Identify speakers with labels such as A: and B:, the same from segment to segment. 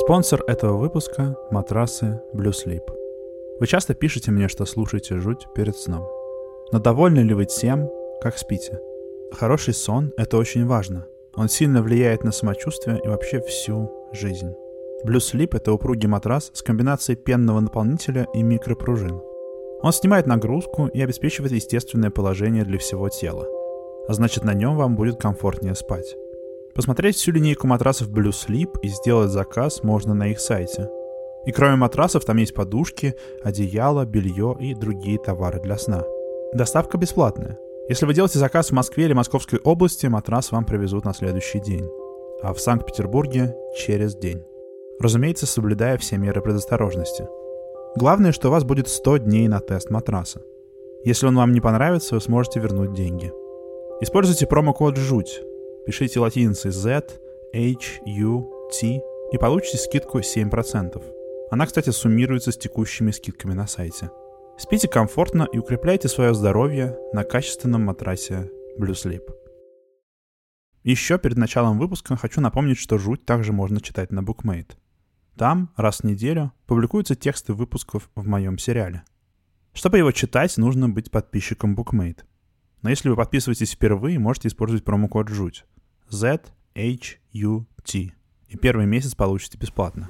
A: Спонсор этого выпуска – матрасы Blue Sleep. Вы часто пишете мне, что слушаете жуть перед сном. Но довольны ли вы тем, как спите? Хороший сон – это очень важно. Он сильно влияет на самочувствие и вообще всю жизнь. Blue Sleep – это упругий матрас с комбинацией пенного наполнителя и микропружин. Он снимает нагрузку и обеспечивает естественное положение для всего тела. А значит, на нем вам будет комфортнее спать. Посмотреть всю линейку матрасов Blue Sleep и сделать заказ можно на их сайте. И кроме матрасов там есть подушки, одеяло, белье и другие товары для сна. Доставка бесплатная. Если вы делаете заказ в Москве или Московской области, матрас вам привезут на следующий день. А в Санкт-Петербурге через день. Разумеется, соблюдая все меры предосторожности. Главное, что у вас будет 100 дней на тест матраса. Если он вам не понравится, вы сможете вернуть деньги. Используйте промокод ЖУТЬ. Пишите латиницей Z, H, U, T и получите скидку 7%. Она, кстати, суммируется с текущими скидками на сайте. Спите комфортно и укрепляйте свое здоровье на качественном матрасе Blue Sleep. Еще перед началом выпуска хочу напомнить, что жуть также можно читать на Bookmate. Там раз в неделю публикуются тексты выпусков в моем сериале. Чтобы его читать, нужно быть подписчиком Bookmate. Но если вы подписываетесь впервые, можете использовать промокод ЖУТЬ. Z, H, U, T. И первый месяц получите бесплатно.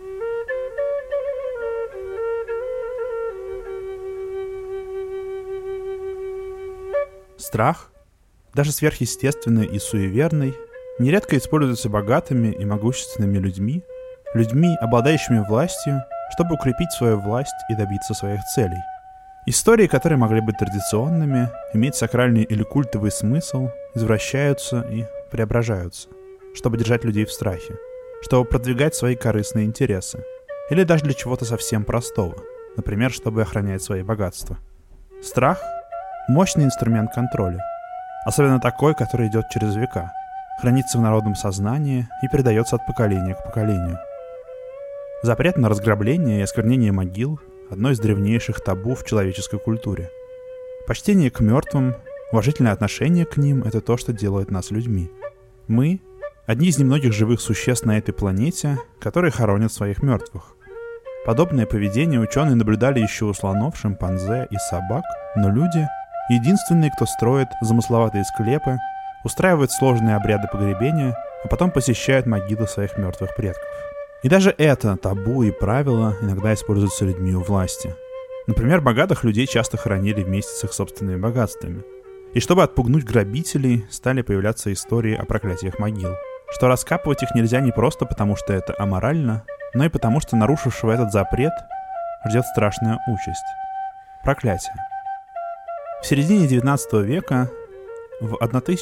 A: Страх, даже сверхъестественный и суеверный, нередко используется богатыми и могущественными людьми, обладающими властью, чтобы укрепить свою власть и добиться своих целей. Истории, которые могли быть традиционными, иметь сакральный или культовый смысл, извращаются и преображаются, чтобы держать людей в страхе, чтобы продвигать свои корыстные интересы, или даже для чего-то совсем простого, например, чтобы охранять свои богатства. Страх – мощный инструмент контроля, особенно такой, который идет через века, хранится в народном сознании и передается от поколения к поколению. Запрет на разграбление и осквернение могил – одно из древнейших табу в человеческой культуре. Почтение к мертвым, уважительное отношение к ним – это то, что делает нас людьми. Мы – одни из немногих живых существ на этой планете, которые хоронят своих мертвых. Подобное поведение ученые наблюдали еще у слонов, шимпанзе и собак, но люди – единственные, кто строит замысловатые склепы, устраивает сложные обряды погребения, а потом посещают могилы своих мертвых предков. И даже это табу и правило иногда используются людьми у власти. Например, богатых людей часто хоронили вместе с их собственными богатствами. И чтобы отпугнуть грабителей, стали появляться истории о проклятиях могил. Что раскапывать их нельзя не просто потому, что это аморально, но и потому, что нарушившего этот запрет ждет страшная участь – проклятие. В середине XIX века, в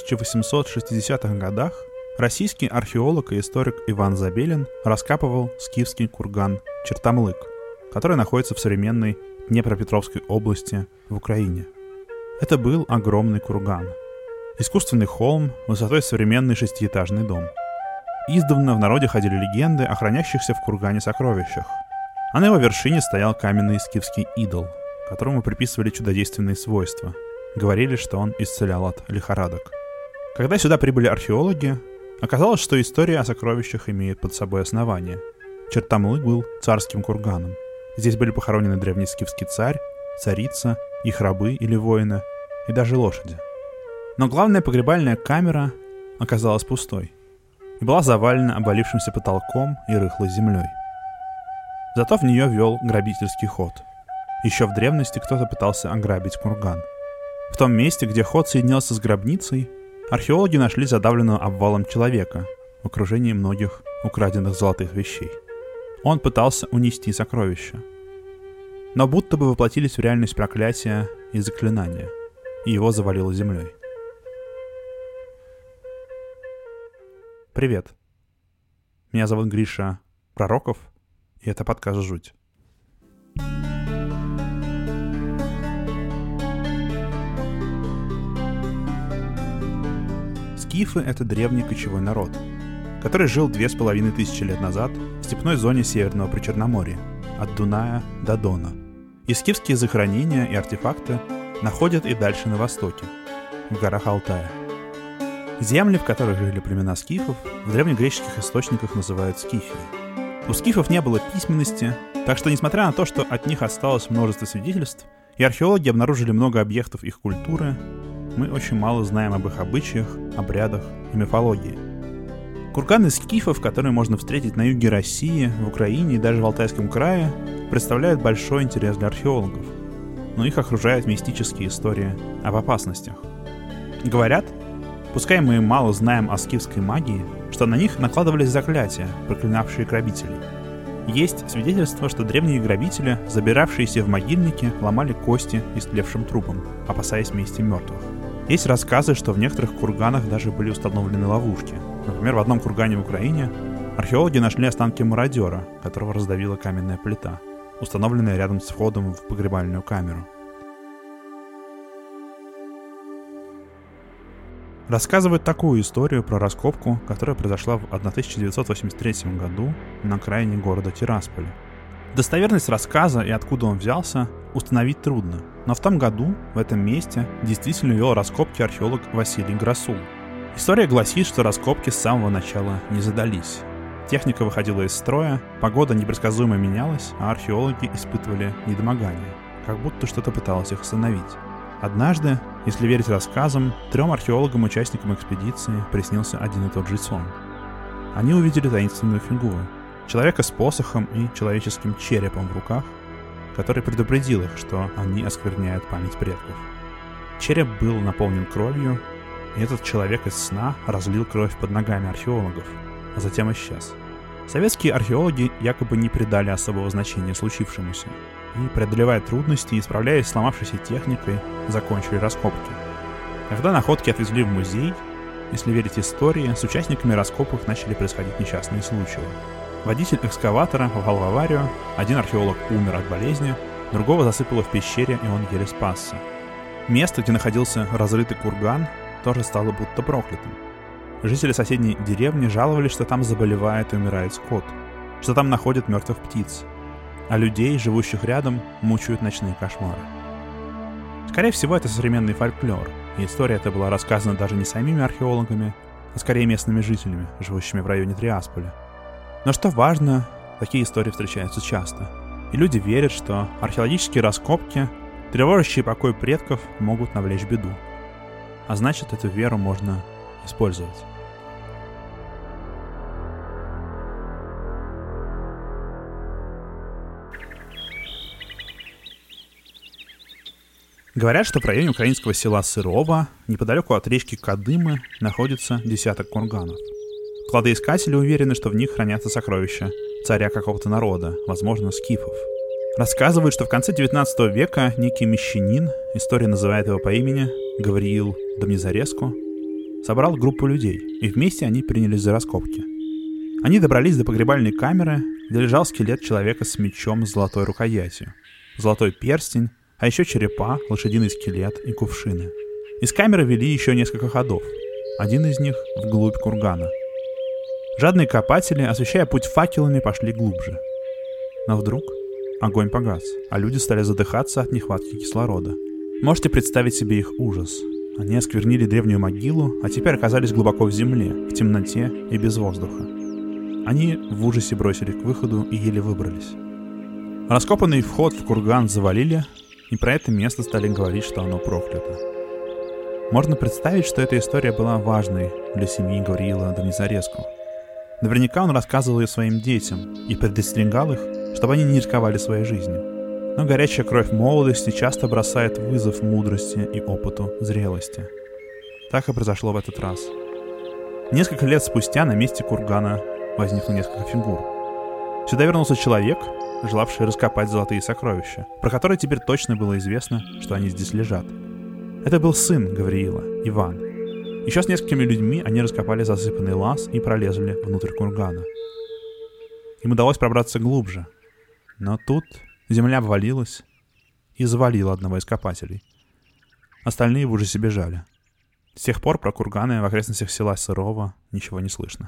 A: 1860-х годах, российский археолог и историк Иван Забелин раскапывал скифский курган Чертамлык, который находится в современной Днепропетровской области в Украине. Это был огромный курган. Искусственный холм высотой современный шестиэтажный дом. Издавна в народе ходили легенды о хранящихся в кургане сокровищах. А на его вершине стоял каменный скифский идол, которому приписывали чудодейственные свойства. Говорили, что он исцелял от лихорадок. Когда сюда прибыли археологи, оказалось, что история о сокровищах имеет под собой основание. Чертамлык был царским курганом. Здесь были похоронены древний скифский царь, царица, их рабы или воины, и даже лошади. Но главная погребальная камера оказалась пустой и была завалена обвалившимся потолком и рыхлой землей. Зато в нее вел грабительский ход. Еще в древности кто-то пытался ограбить курган. В том месте, где ход соединялся с гробницей, археологи нашли задавленного обвалом человека в окружении многих украденных золотых вещей. Он пытался унести сокровища. Но будто бы воплотились в реальность проклятия и заклинания, и его завалило землей. Привет. Меня зовут Гриша Пророков, и это подкаст «Жуть». Скифы — это древний кочевой народ, который жил 2500 лет назад в степной зоне Северного Причерноморья, от Дуная до Дона. И скифские захоронения и артефакты находят и дальше на востоке, в горах Алтая. Земли, в которых жили племена скифов, в древнегреческих источниках называют Скифией. У скифов не было письменности, так что, несмотря на то, что от них осталось множество свидетельств, и археологи обнаружили много объектов их культуры, мы очень мало знаем об их обычаях, обрядах и мифологии. Курганы скифов, которые можно встретить на юге России, в Украине и даже в Алтайском крае, представляют большой интерес для археологов, но их окружают мистические истории об опасностях. Говорят, пускай мы мало знаем о скифской магии, что на них накладывались заклятия, проклинавшие грабителей. Есть свидетельство, что древние грабители, забиравшиеся в могильники, ломали кости истлевшим трупам, опасаясь мести мертвых. Есть рассказы, что в некоторых курганах даже были установлены ловушки. Например, в одном кургане в Украине археологи нашли останки мародера, которого раздавила каменная плита, установленная рядом с входом в погребальную камеру. Рассказывают такую историю про раскопку, которая произошла в 1983 году на окраине города Тирасполя. Достоверность рассказа и откуда он взялся установить трудно, но в том году в этом месте действительно вел раскопки археолог Василий Грасул. История гласит, что раскопки с самого начала не задались. Техника выходила из строя, погода непредсказуемо менялась, а археологи испытывали недомогание, как будто что-то пыталось их остановить. Однажды, если верить рассказам, 3 археологам-участникам экспедиции приснился один и тот же сон. Они увидели таинственную фигуру, человека с посохом и человеческим черепом в руках, который предупредил их, что они оскверняют память предков. Череп был наполнен кровью, и этот человек из сна разлил кровь под ногами археологов, а затем исчез. Советские археологи якобы не придали особого значения случившемуся и, преодолевая трудности и справляясь с сломавшейся техникой, закончили раскопки. Когда находки отвезли в музей, если верить истории, с участниками раскопок начали происходить несчастные случаи. Водитель экскаватора попал в аварию, один археолог умер от болезни, другого засыпало в пещере, и он еле спасся. Место, где находился разрытый курган, тоже стало будто проклятым. Жители соседней деревни жаловались, что там заболевает и умирает скот, что там находят мертвых птиц, а людей, живущих рядом, мучают ночные кошмары. Скорее всего, это современный фольклор, и история эта была рассказана даже не самими археологами, а скорее местными жителями, живущими в районе Тирасполя. Но что важно, такие истории встречаются часто, и люди верят, что археологические раскопки, тревожащие покой предков, могут навлечь беду. А значит, эту веру можно использовать. Говорят, что в районе украинского села Сырова, неподалеку от речки Кадымы, находится десяток курганов. Кладоискатели уверены, что в них хранятся сокровища царя какого-то народа, возможно, скифов. Рассказывают, что в конце 19 века некий мещанин, история называет его по имени Гавриил Домнезареску, собрал группу людей, и вместе они принялись за раскопки. Они добрались до погребальной камеры, где лежал скелет человека с мечом с золотой рукоятью, золотой перстень, а еще черепа, лошадиный скелет и кувшины. Из камеры вели еще несколько ходов, один из них вглубь кургана. Жадные копатели, освещая путь факелами, пошли глубже. Но вдруг огонь погас, а люди стали задыхаться от нехватки кислорода. Можете представить себе их ужас. Они осквернили древнюю могилу, а теперь оказались глубоко в земле, в темноте и без воздуха. Они в ужасе бросились к выходу и еле выбрались. Раскопанный вход в курган завалили, и про это место стали говорить, что оно проклято. Можно представить, что эта история была важной для семьи Гавриила Домнезареску. Наверняка он рассказывал ее своим детям и предостерегал их, чтобы они не рисковали своей жизнью. Но горячая кровь молодости часто бросает вызов мудрости и опыту зрелости. Так и произошло в этот раз. Несколько лет спустя на месте кургана возникло несколько фигур. Сюда вернулся человек, желавший раскопать золотые сокровища, про которые теперь точно было известно, что они здесь лежат. Это был сын Гавриила, Иван. Еще с несколькими людьми они раскопали засыпанный лаз и пролезли внутрь кургана. Им удалось пробраться глубже, но тут земля обвалилась и завалила одного из копателей. Остальные в ужасе бежали. С тех пор про курганы в окрестностях села Сырова ничего не слышно.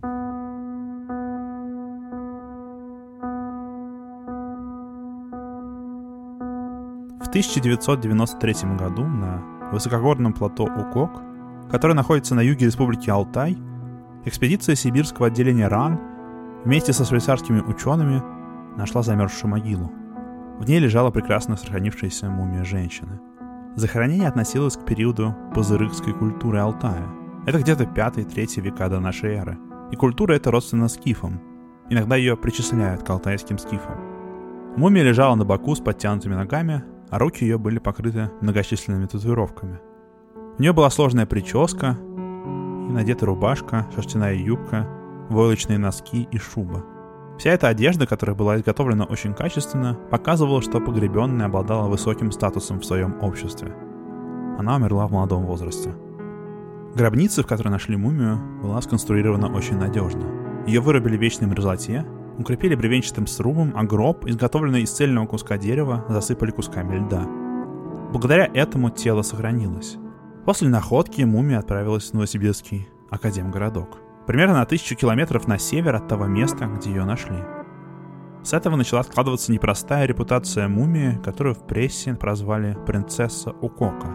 A: В 1993 году на высокогорном плато Укок, которое находится на юге республики Алтай, экспедиция сибирского отделения РАН вместе со швейцарскими учеными нашла замерзшую могилу. В ней лежала прекрасно сохранившаяся мумия женщины. Захоронение относилось к периоду пазырыкской культуры Алтая. Это где-то 5-3 века до нашей эры. И культура эта родственна скифам. Иногда ее причисляют к алтайским скифам. Мумия лежала на боку с подтянутыми ногами, а руки ее были покрыты многочисленными татуировками. У нее была сложная прическа и надета рубашка, шерстяная юбка, войлочные носки и шуба. Вся эта одежда, которая была изготовлена очень качественно, показывала, что погребенная обладала высоким статусом в своем обществе. Она умерла в молодом возрасте. Гробница, в которой нашли мумию, была сконструирована очень надежно. Ее вырубили в вечной мерзлоте, укрепили бревенчатым срубом, а гроб, изготовленный из цельного куска дерева, засыпали кусками льда. Благодаря этому тело сохранилось. После находки мумия отправилась в Новосибирский академгородок. Примерно на 1000 километров на север от того места, где ее нашли. С этого начала складываться непростая репутация мумии, которую в прессе прозвали «принцесса Укока».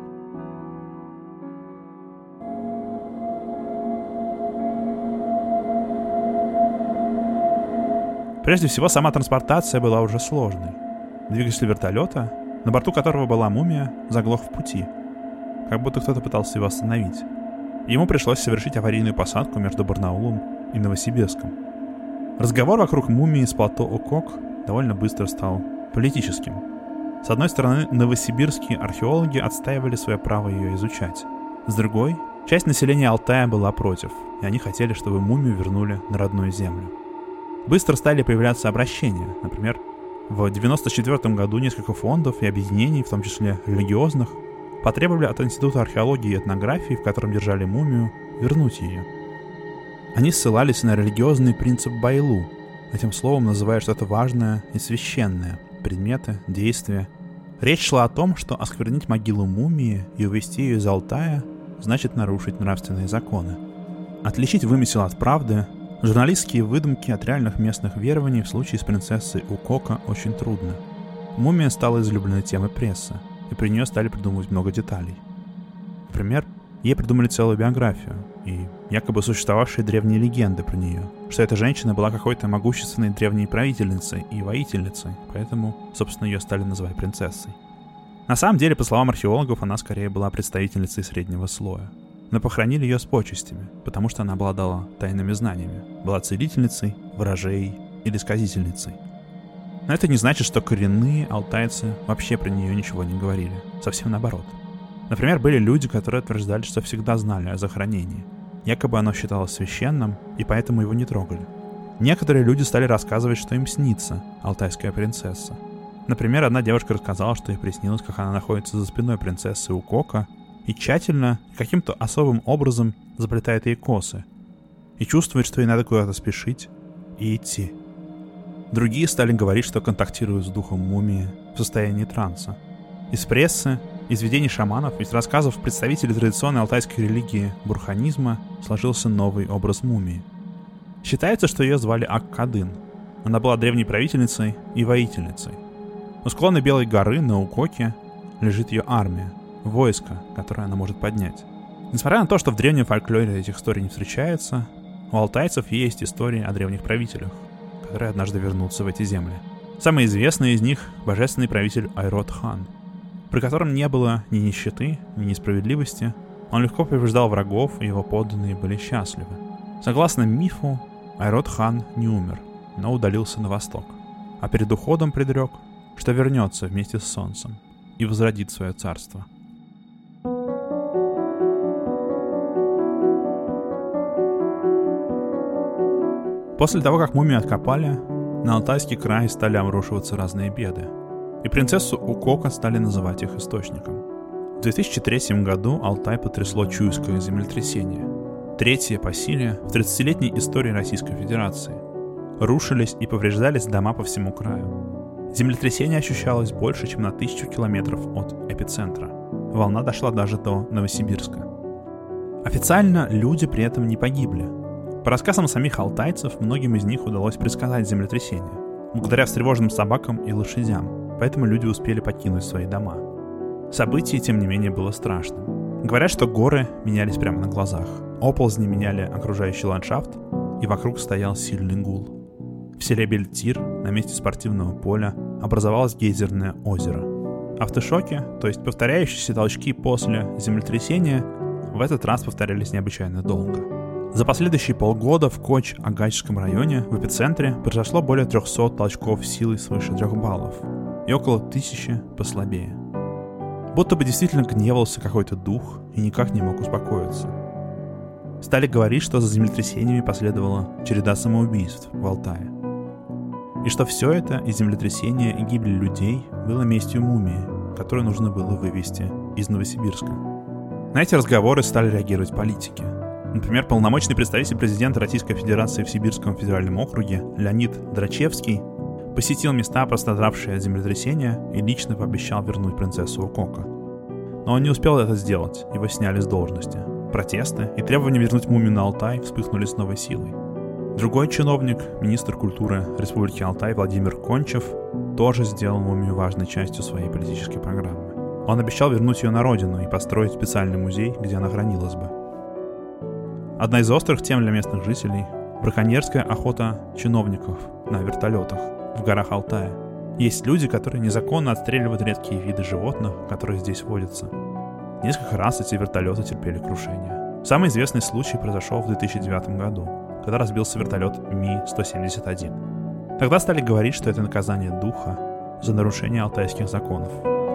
A: Прежде всего, сама транспортация была уже сложной. Двигатель вертолета, на борту которого была мумия, заглох в пути, как будто кто-то пытался его остановить. Ему пришлось совершить аварийную посадку между Барнаулом и Новосибирском. Разговор вокруг мумии с плато Укок довольно быстро стал политическим. С одной стороны, новосибирские археологи отстаивали свое право ее изучать. С другой, часть населения Алтая была против, и они хотели, чтобы мумию вернули на родную землю. Быстро стали появляться обращения. Например, в 1994 году несколько фондов и объединений, в том числе религиозных, потребовали от Института археологии и этнографии, в котором держали мумию, вернуть ее. Они ссылались на религиозный принцип байлу, этим словом называя что-то важное и священное, предметы, действия. Речь шла о том, что осквернить могилу мумии и увезти ее из Алтая значит нарушить нравственные законы. Отличить вымысел от правды, журналистские выдумки от реальных местных верований в случае с принцессой Укока очень трудно. Мумия стала излюбленной темой прессы, и при нее стали придумывать много деталей. Например, ей придумали целую биографию и якобы существовавшие древние легенды про нее, что эта женщина была какой-то могущественной древней правительницей и воительницей, поэтому, собственно, ее стали называть принцессой. На самом деле, по словам археологов, она скорее была представительницей среднего слоя. Но похоронили ее с почестями, потому что она обладала тайными знаниями, была целительницей, ворожеей или сказительницей. Но это не значит, что коренные алтайцы вообще про нее ничего не говорили. Совсем наоборот. Например, были люди, которые утверждали, что всегда знали о захоронении. Якобы оно считалось священным, и поэтому его не трогали. Некоторые люди стали рассказывать, что им снится алтайская принцесса. Например, одна девушка рассказала, что ей приснилось, как она находится за спиной принцессы Укока и тщательно, каким-то особым образом заплетает ей косы. И чувствует, что ей надо куда-то спешить и идти. Другие стали говорить, что контактируют с духом мумии в состоянии транса. Из прессы, из видений шаманов, из рассказов представителей традиционной алтайской религии бурханизма сложился новый образ мумии. Считается, что ее звали Ак-Кадын. Она была древней правительницей и воительницей. У склона Белой горы на Укоке лежит ее армия, войско, которое она может поднять. Несмотря на то, что в древнем фольклоре этих историй не встречается, у алтайцев есть истории о древних правителях, которые однажды вернутся в эти земли. Самый известный из них — божественный правитель Айрод-хан, при котором не было ни нищеты, ни несправедливости. Он легко побеждал врагов, и его подданные были счастливы. Согласно мифу, Айрод-хан не умер, но удалился на восток, а перед уходом предрек, что вернется вместе с солнцем и возродит свое царство. После того, как мумию откопали, на Алтайский край стали обрушиваться разные беды, и принцессу Укока стали называть их источником. В 2003 году Алтай потрясло Чуйское землетрясение, третье по силе в 30-летней истории Российской Федерации. Рушились и повреждались дома по всему краю. Землетрясение ощущалось больше, чем на 1000 километров от эпицентра. Волна дошла даже до Новосибирска. Официально люди при этом не погибли. По рассказам самих алтайцев, многим из них удалось предсказать землетрясение, благодаря встревоженным собакам и лошадям, поэтому люди успели покинуть свои дома. Событие, тем не менее, было страшным. Говорят, что горы менялись прямо на глазах, оползни меняли окружающий ландшафт, и вокруг стоял сильный гул. В селе Бельтир на месте спортивного поля образовалось гейзерное озеро. Автошоки, то есть повторяющиеся толчки после землетрясения, в этот раз повторялись необычайно долго. За последующие полгода в Коч-Агачском районе в эпицентре произошло более 300 толчков силой свыше 3 баллов и около 1000 послабее. Будто бы действительно гневался какой-то дух и никак не мог успокоиться. Стали говорить, что за землетрясениями последовала череда самоубийств в Алтае. И что все это, и землетрясения, и гибель людей, было местью мумии, которую нужно было вывести из Новосибирска. На эти разговоры стали реагировать политики. Например, полномочный представитель президента Российской Федерации в Сибирском федеральном округе Леонид Драчевский посетил места, пострадавшие от землетрясения, и лично пообещал вернуть принцессу Укоко. Но он не успел это сделать, его сняли с должности. Протесты и требования вернуть мумию на Алтай вспыхнули с новой силой. Другой чиновник, министр культуры Республики Алтай Владимир Кончев, тоже сделал мумию важной частью своей политической программы. Он обещал вернуть ее на родину и построить специальный музей, где она хранилась бы. Одна из острых тем для местных жителей – браконьерская охота чиновников на вертолетах в горах Алтая. Есть люди, которые незаконно отстреливают редкие виды животных, которые здесь водятся. Несколько раз эти вертолеты терпели крушение. Самый известный случай произошел в 2009 году, когда разбился вертолет Ми-171. Тогда стали говорить, что это наказание духа за нарушение алтайских законов.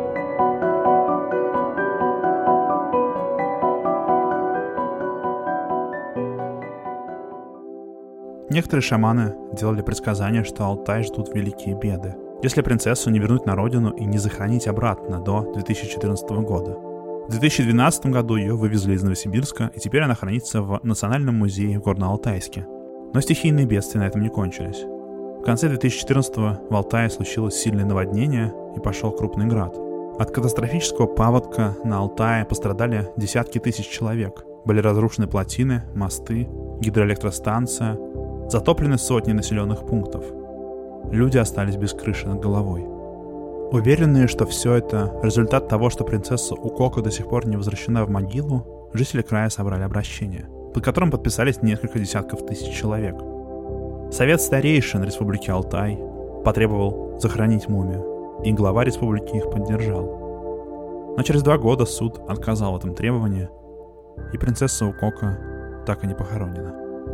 A: Некоторые шаманы делали предсказания, что Алтай ждут великие беды, если принцессу не вернуть на родину и не захоронить обратно до 2014 года. В 2012 году ее вывезли из Новосибирска, и теперь она хранится в Национальном музее в Горно-Алтайске. Но стихийные бедствия на этом не кончились. В конце 2014-го в Алтае случилось сильное наводнение и пошел крупный град. От катастрофического паводка на Алтае пострадали десятки тысяч человек. Были разрушены плотины, мосты, гидроэлектростанция, затоплены сотни населенных пунктов. Люди остались без крыши над головой. Уверенные, что все это результат того, что принцесса Укоко до сих пор не возвращена в могилу, жители края собрали обращение, под которым подписались несколько десятков тысяч человек. Совет старейшин Республики Алтай потребовал захоронить мумию, и глава республики их поддержал. Но через 2 года суд отказал в этом требовании, и принцесса Укоко так и не похоронена.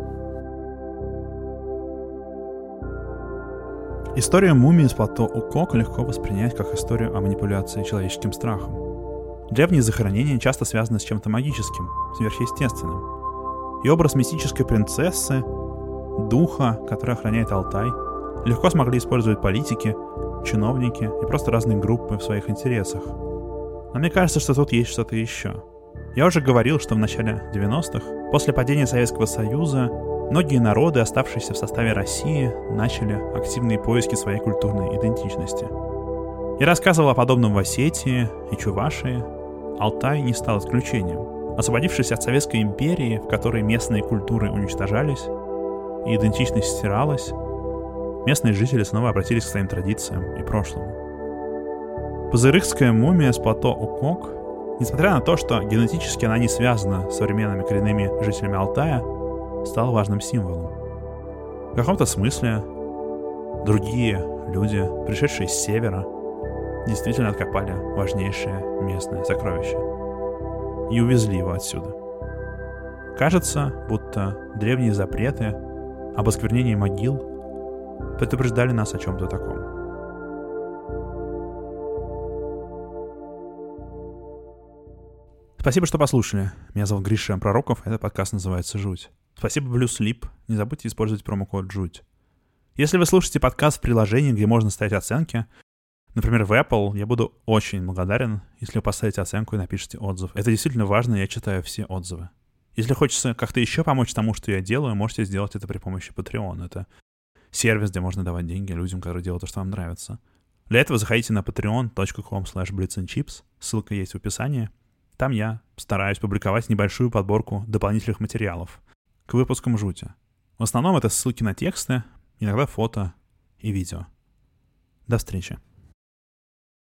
A: Историю мумии с плато Укоко легко воспринять как историю о манипуляции человеческим страхом. Древние захоронения часто связаны с чем-то магическим, сверхъестественным. И образ мистической принцессы, духа, который охраняет Алтай, легко смогли использовать политики, чиновники и просто разные группы в своих интересах. Но мне кажется, что тут есть что-то еще. Я уже говорил, что в начале 90-х, после падения Советского Союза, многие народы, оставшиеся в составе России, начали активные поиски своей культурной идентичности. Я рассказывал о подобном в Осетии и Чувашии. Алтай не стал исключением. Освободившись от Советской империи, в которой местные культуры уничтожались и идентичность стиралась, местные жители снова обратились к своим традициям и прошлому. Пузырыкская мумия с плато Укок, несмотря на то, что генетически она не связана с современными коренными жителями Алтая, стал важным символом. В каком-то смысле другие люди, пришедшие с севера, действительно откопали важнейшее местное сокровище и увезли его отсюда. Кажется, будто древние запреты об осквернении могил предупреждали нас о чем-то таком. Спасибо, что послушали. Меня зовут Гриша Пророков, этот подкаст называется «Жуть». Спасибо Blue Sleep. Не забудьте использовать промокод «Жуть». Если вы слушаете подкаст в приложении, где можно ставить оценки, например, в Apple, я буду очень благодарен, если вы поставите оценку и напишите отзыв. Это действительно важно, я читаю все отзывы. Если хочется как-то еще помочь тому, что я делаю, можете сделать это при помощи Patreon. Это сервис, где можно давать деньги людям, которые делают то, что вам нравится. Для этого заходите на patreon.com/blitzandchips. Ссылка есть в описании. Там я стараюсь публиковать небольшую подборку дополнительных материалов к выпускам «Жути». В основном это ссылки на тексты, иногда фото и видео. До встречи.